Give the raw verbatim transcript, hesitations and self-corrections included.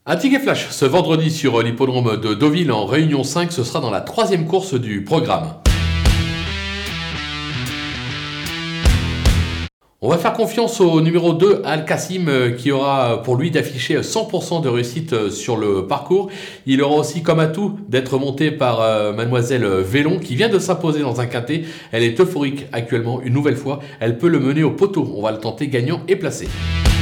Un ticket flash ce vendredi sur l'hippodrome de Deauville en Réunion cinq, ce sera dans la troisième course du programme. On va faire confiance au numéro deux, Al-Kassim, qui aura pour lui d'afficher cent pour cent de réussite sur le parcours. Il aura aussi comme atout d'être monté par euh, Mademoiselle Vélon, qui vient de s'imposer dans un quintet. Elle est euphorique actuellement, une nouvelle fois. Elle peut le mener au poteau. On va le tenter gagnant et placé.